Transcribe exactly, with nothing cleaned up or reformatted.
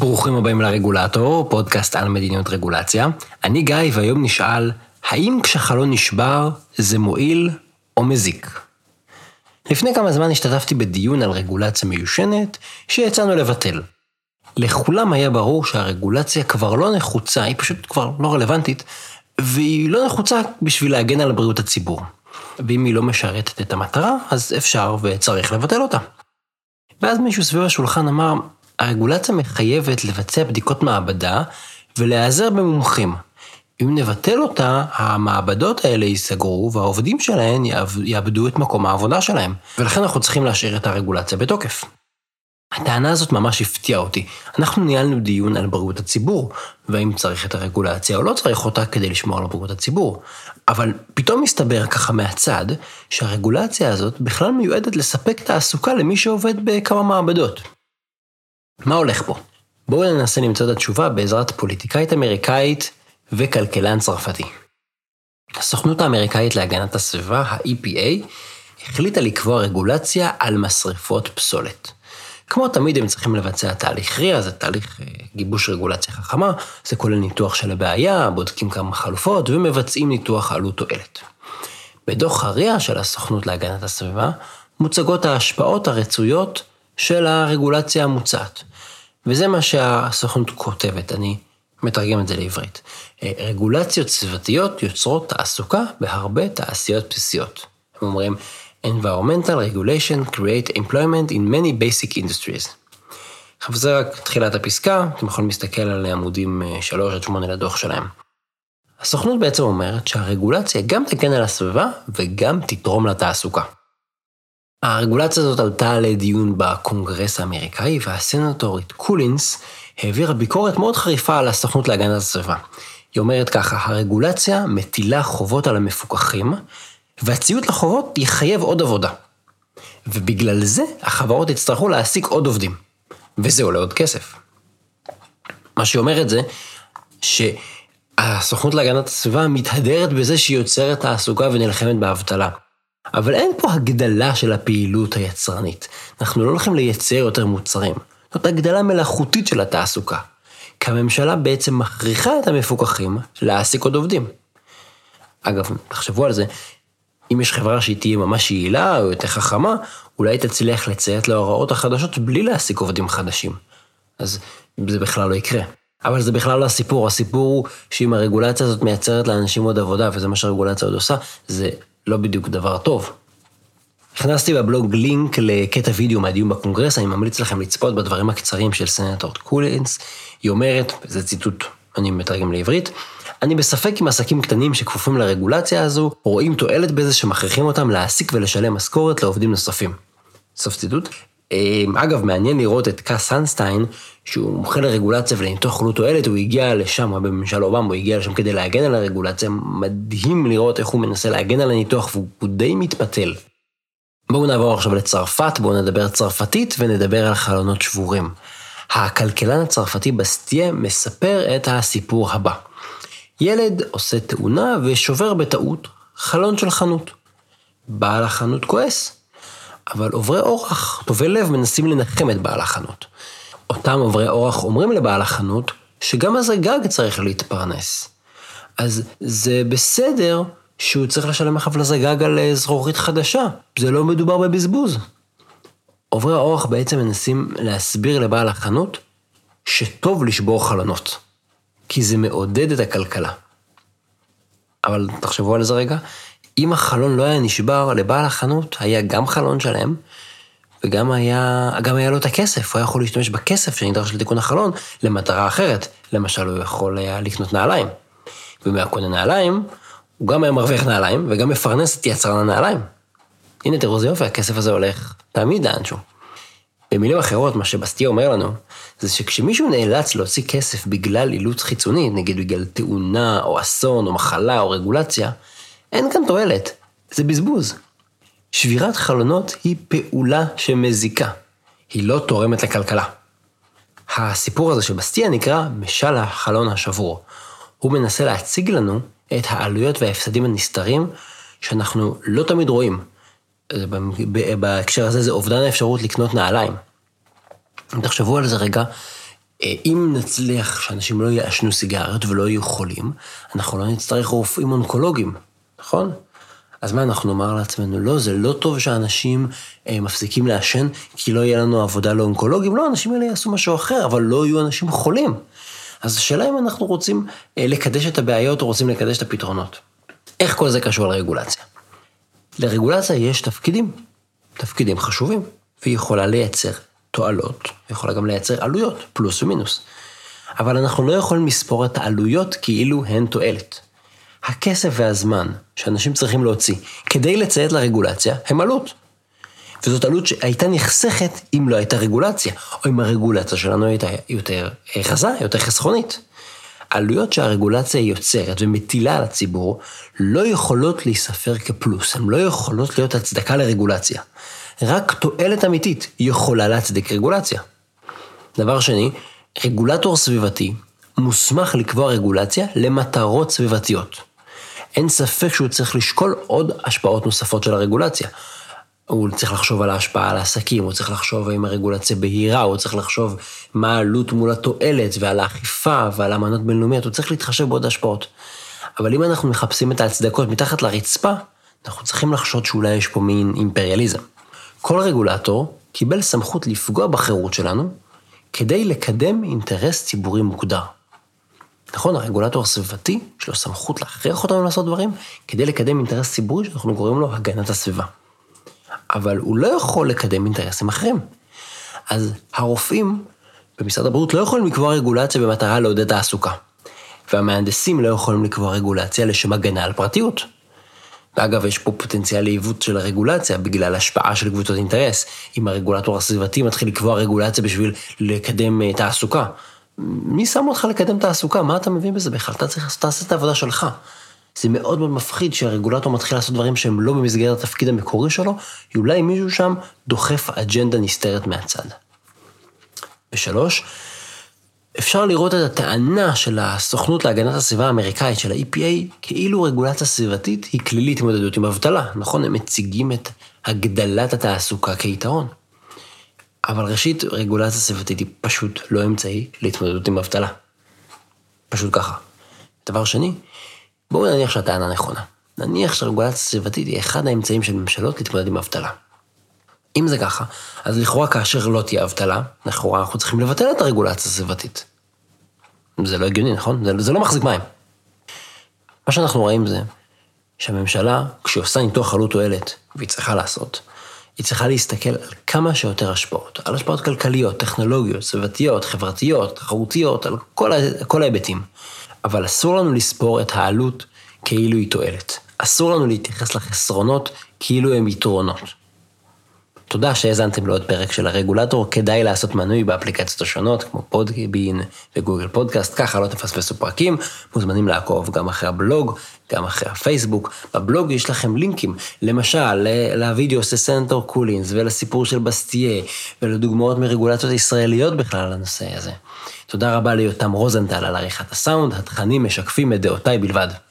ברוכים הבאים לרגולטור, פודקאסט על מדיניות רגולציה. אני גיא, והיום נשאל, האם כשחלון נשבר זה מועיל או מזיק? לפני כמה זמן השתתפתי בדיון על רגולציה מיושנת שיצאנו לבטל. לכולם היה ברור שהרגולציה כבר לא נחוצה, היא פשוט כבר לא רלוונטית, והיא לא נחוצה בשביל להגן על בריאות הציבור. ואם היא לא משרתת את המטרה, אז אפשר וצריך לבטל אותה. ואז מישהו סביב השולחן אמר, הרגולציה מחייבת לבצע בדיקות מעבדה ולהיעזר במומחים. אם נבטל אותה, המעבדות האלה ייסגרו והעובדים שלהן יאבדו את מקום העבודה שלהם. ולכן אנחנו צריכים להשאיר את הרגולציה בתוקף. הטענה הזאת ממש הפתיעה אותי. אנחנו ניהלנו דיון על בריאות הציבור, והאם צריך את הרגולציה או לא צריך אותה כדי לשמור על בריאות הציבור. אבל פתאום מסתבר ככה מהצד, שהרגולציה הזאת בכלל מיועדת לספק תעסוקה למי שעובד בכמה מעבדות. מה הולך פה? בואו ננסה למצוא את התשובה בעזרת פוליטיקאית אמריקאית וכלכלן צרפתי. הסוכנות האמריקאית להגנת הסביבה, ה-E P A, החליטה לקבוע רגולציה על משרפות פסולת. כמו תמיד הם צריכים לבצע תהליך ריאה, זה תהליך גיבוש רגולציה חכמה, זה כולל ניתוח של הבעיה, בודקים כמה חלופות ומבצעים ניתוח עלות תועלת. בדוח הריאה של הסוכנות להגנת הסביבה, מוצגות ההשפעות הרצויות של הרגולציה המוצעת. וזה מה שהסוכנות כותבת, אני מתרגם את זה לעברית. רגולציות סביבתיות יוצרות תעסוקה בהרבה תעשיות בסיסיות. הם אומרים, environmental regulation create employment in many basic industries. עכשיו זה רק תחילת הפסקה, אתם יכולים להסתכל על עמודים שלוש עד שמונה לדוח שלהם. הסוכנות בעצם אומרת שהרגולציה גם תגן על הסביבה וגם תתרום לתעסוקה. הרגולציה הזאת עלתה לדיון בקונגרס האמריקאי, והסנטורית קולינס העבירה ביקורת מאוד חריפה על הסוכנות להגנת הסביבה. היא אומרת ככה, הרגולציה מטילה חובות על המפוקחים, והציות לחובות יחייב עוד עבודה. ובגלל זה החברות יצטרכו להעסיק עוד עובדים. וזה עולה עוד כסף. מה שהיא אומרת זה, שהסוכנות להגנת הסביבה מתהדרת בזה שהיא יוצרת תעסוקה ונלחמת באבטלה. אבל אין פה הגדלה של הפעילות היצרנית. אנחנו לא הולכים לייצר יותר מוצרים. זאת הגדלה מלאכותית של התעסוקה. כי הממשלה בעצם מכריחה את המפוקחים להעסיק עוד עובדים. אגב, תחשבו על זה, אם יש חברה שהיא תהיה ממש יעילה או יותר חכמה, אולי תצליח לציית להוראות החדשות בלי להעסיק עובדים חדשים. אז זה בכלל לא יקרה. אבל זה בכלל לא הסיפור. הסיפור הוא שאם הרגולציה הזאת מייצרת לאנשים עוד עבודה, וזה מה שהרגולציה עוד עושה, זה לא בדיוק דבר טוב. הכנסתי בבלוג לינק לקטע וידאו מהדיון בקונגרס, אני ממליץ לכם לצפות בדברים הקצרים של סנטורית קולינס. היא אומרת, זה ציטוט, אני מתרגם לעברית, אני בספק עם עסקים קטנים שכפופים לרגולציה הזו, רואים תועלת בזה שמכריחים אותם להעסיק ולשלם משכורת לעובדים נוספים. סוף ציטוט. אגב, מעניין לראות את קאס הנסטיין, שהוא מומחה לרגולציה ולניתוח עלות תועלת, הוא הגיע לשם, בממשל אובמה, הוא הגיע לשם כדי להגן על הרגולציה, מדהים לראות איך הוא מנסה להגן על הניתוח, והוא די מתפתל. בואו נעבור עכשיו לצרפת, בואו נדבר צרפתית ונדבר על חלונות שבורים. הכלכלן הצרפתי בסטיה מספר את הסיפור הבא. ילד עושה תאונה ושובר בטעות חלון של חנות. בעל החנות כועס, אבל עוברי אורח, טובי לב, מנסים לנחם את בעל החנות. אותם עוברי אורח אומרים לבעל החנות שגם הזגג צריך להתפרנס. אז זה בסדר שהוא צריך לשלם אחר לזגג על זרורית חדשה. זה לא מדובר בבזבוז. עוברי האורח בעצם מנסים להסביר לבעל החנות שטוב לשבור חלונות. כי זה מעודד את הכלכלה. אבל תחשבו על זה רגע, אם החלון לא היה נשבר, לבעל החנות היה גם חלון שלהם, וגם היה, גם היה לו את הכסף, הוא היה יכול להשתמש בכסף שנדרש לתיקון החלון למטרה אחרת. למשל, הוא יכול היה לקנות נעליים. ומהקונה נעליים, הוא גם היה מרוויח נעליים, וגם מפרנס את יצרן הנעליים. הנה תראו זה יופי, הכסף הזה הולך תמיד לאנשהו. במילים אחרות, מה שבסטיה אומר לנו, זה שכשמישהו נאלץ להוציא כסף בגלל אילוץ חיצוני, נגיד בגלל תאונה או אסון או מחלה או רגולציה, אין כאן תועלת, זה בזבוז. שבירת חלונות היא פעולה שמזיקה, היא לא תורמת לכלכלה. הסיפור הזה שבסטיה נקרא משל החלון השבור. הוא מנסה להציג לנו את העלויות וההפסדים הנסתרים שאנחנו לא תמיד רואים. בהקשר הזה זה אובדן האפשרות לקנות נעליים. אם תחשבו על זה רגע, אם נצליח שאנשים לא יעשנו סיגריות ולא יהיו חולים, אנחנו לא נצטרך רופאים אונקולוגיים, נכון? אז מה אנחנו נאמר לעצמנו? לא, זה לא טוב שאנשים אה, מפסיקים לעשן, כי לא יהיה לנו עבודה לאונקולוגים. לא, אנשים האלה יעשו משהו אחר, אבל לא יהיו אנשים חולים. אז השאלה אם אנחנו רוצים אה, לקדש את הבעיות, או רוצים לקדש את הפתרונות. איך כל זה קשור לרגולציה? לרגולציה יש תפקידים, תפקידים חשובים, והיא יכולה לייצר תועלות, יכולה גם לייצר עלויות, פלוס ומינוס. אבל אנחנו לא יכולים לספור את העלויות כאילו הן תועלת. הכסף והזמן שאנשים צריכים להוציא כדי לציית לרגולציה הם עלות. וזאת עלות שהייתה נחסכת אם לא הייתה רגולציה, או אם הרגולציה שלנו הייתה יותר חזה, יותר חסכונית. העלויות שהרגולציה יוצרת ומטילה על הציבור לא יכולות להיספר כפלוס, הן לא יכולות להיות הצדקה לרגולציה. רק תועלת אמיתית יכולה להצדיק רגולציה. דבר שני, רגולטור סביבתי מוסמך לקבוע רגולציה למטרות סביבתיות. אין ספק שהוא צריך לשקול עוד השפעות נוספות של הרגולציה. הוא צריך לחשוב על ההשפעה על העסקים, הוא צריך לחשוב אם הרגולציה בהירה, הוא צריך לחשוב מה העלות מול התועלת ועל האכיפה ועל אמנות בינלאומיות, הוא צריך להתחשב בעוד השפעות. אבל אם אנחנו מחפשים את ההצדקות מתחת לרצפה, אנחנו צריכים לחשוד שאולי יש פה מין אימפריאליזם. כל רגולטור קיבל סמכות לפגוע בחירות שלנו, כדי לקדם אינטרס ציבורי מוגדר. נכון, הרגולטור הסביבתי, יש לו סמכות להכריח אותנו לעשות דברים, כדי לקדם אינטרס ציבורי שאנחנו קוראים לו הגנת הסביבה. אבל הוא לא יכול לקדם אינטרסים אחרים. אז הרופאים במשרד הבריאות לא יכולים לקבוע רגולציה במטרה לעודד תעסוקה. והמהנדסים לא יכולים לקבוע רגולציה לשם הגנה על פרטיות. ואגב, יש פה פוטנציאל לעיוות של הרגולציה, בגלל השפעה של קבוצות אינטרס. אם הרגולטור הסביבתי מתחיל לקבוע רגולציה בשביל לקדם תעסוקה. מי שם אותך לקדם תעסוקה? מה אתה מבין בזה בכלל? אתה צריך לעשות את העבודה שלך. זה מאוד מאוד מפחיד שהרגולטור מתחיל לעשות דברים שהם לא במסגרת התפקיד המקורי שלו, אולי מישהו שם דוחף אג'נדה נסתרת מהצד. ושלוש, אפשר לראות את הטענה של הסוכנות להגנת הסביבה האמריקאית, של ה-E P A, כאילו רגולציה סביבתית היא כלילית התמודדות עם אבטלה. נכון, הם מציגים את הגדלת התעסוקה כיתרון. אבל ראשית, רגולציה סביבתית היא פשוט לא אמצעי להתמודדות עם אבטלה. פשוט ככה. דבר שני, בואו נניח שהטענה נכונה. נניח שרגולציה סביבתית היא אחד האמצעים של ממשלות להתמודד עם אבטלה. אם זה ככה, אז לכאורה כאשר לא תהיה אבטלה, לכאורה אנחנו צריכים לבטל את הרגולציה הסביבתית. זה לא הגיוני, נכון? זה, זה לא מחזיק מים. מה שאנחנו רואים זה שהממשלה, כשהיא עושה ניתוח עלות תועלת, והיא צריכה לעשות, היא צריכה להסתכל על כמה שיותר השפעות, על השפעות כלכליות, טכנולוגיות, סביבתיות, חברתיות, תחרותיות, על כל, כל ההיבטים. אבל אסור לנו לספור את העלות כאילו היא תועלת. אסור לנו להתייחס לחסרונות כאילו הם יתרונות. תודה שהאזנתם לעוד פרק של הרגולטור, כדאי לעשות מנוי באפליקציות השונות, כמו פודבין וגוגל פודקאסט, ככה לא תפספסו פרקים, מוזמנים לעקוב גם אחרי הבלוג, גם אחרי הפייסבוק. בבלוג יש לכם לינקים, למשל, לוידאו של סנטור קולינס, ולסיפור של בסטיה, ולדוגמאות מרגולציות ישראליות בכלל על הנושא הזה. תודה רבה ליותם רוזנטל על עריכת הסאונד, התכנים משקפים את דעותיי בלבד.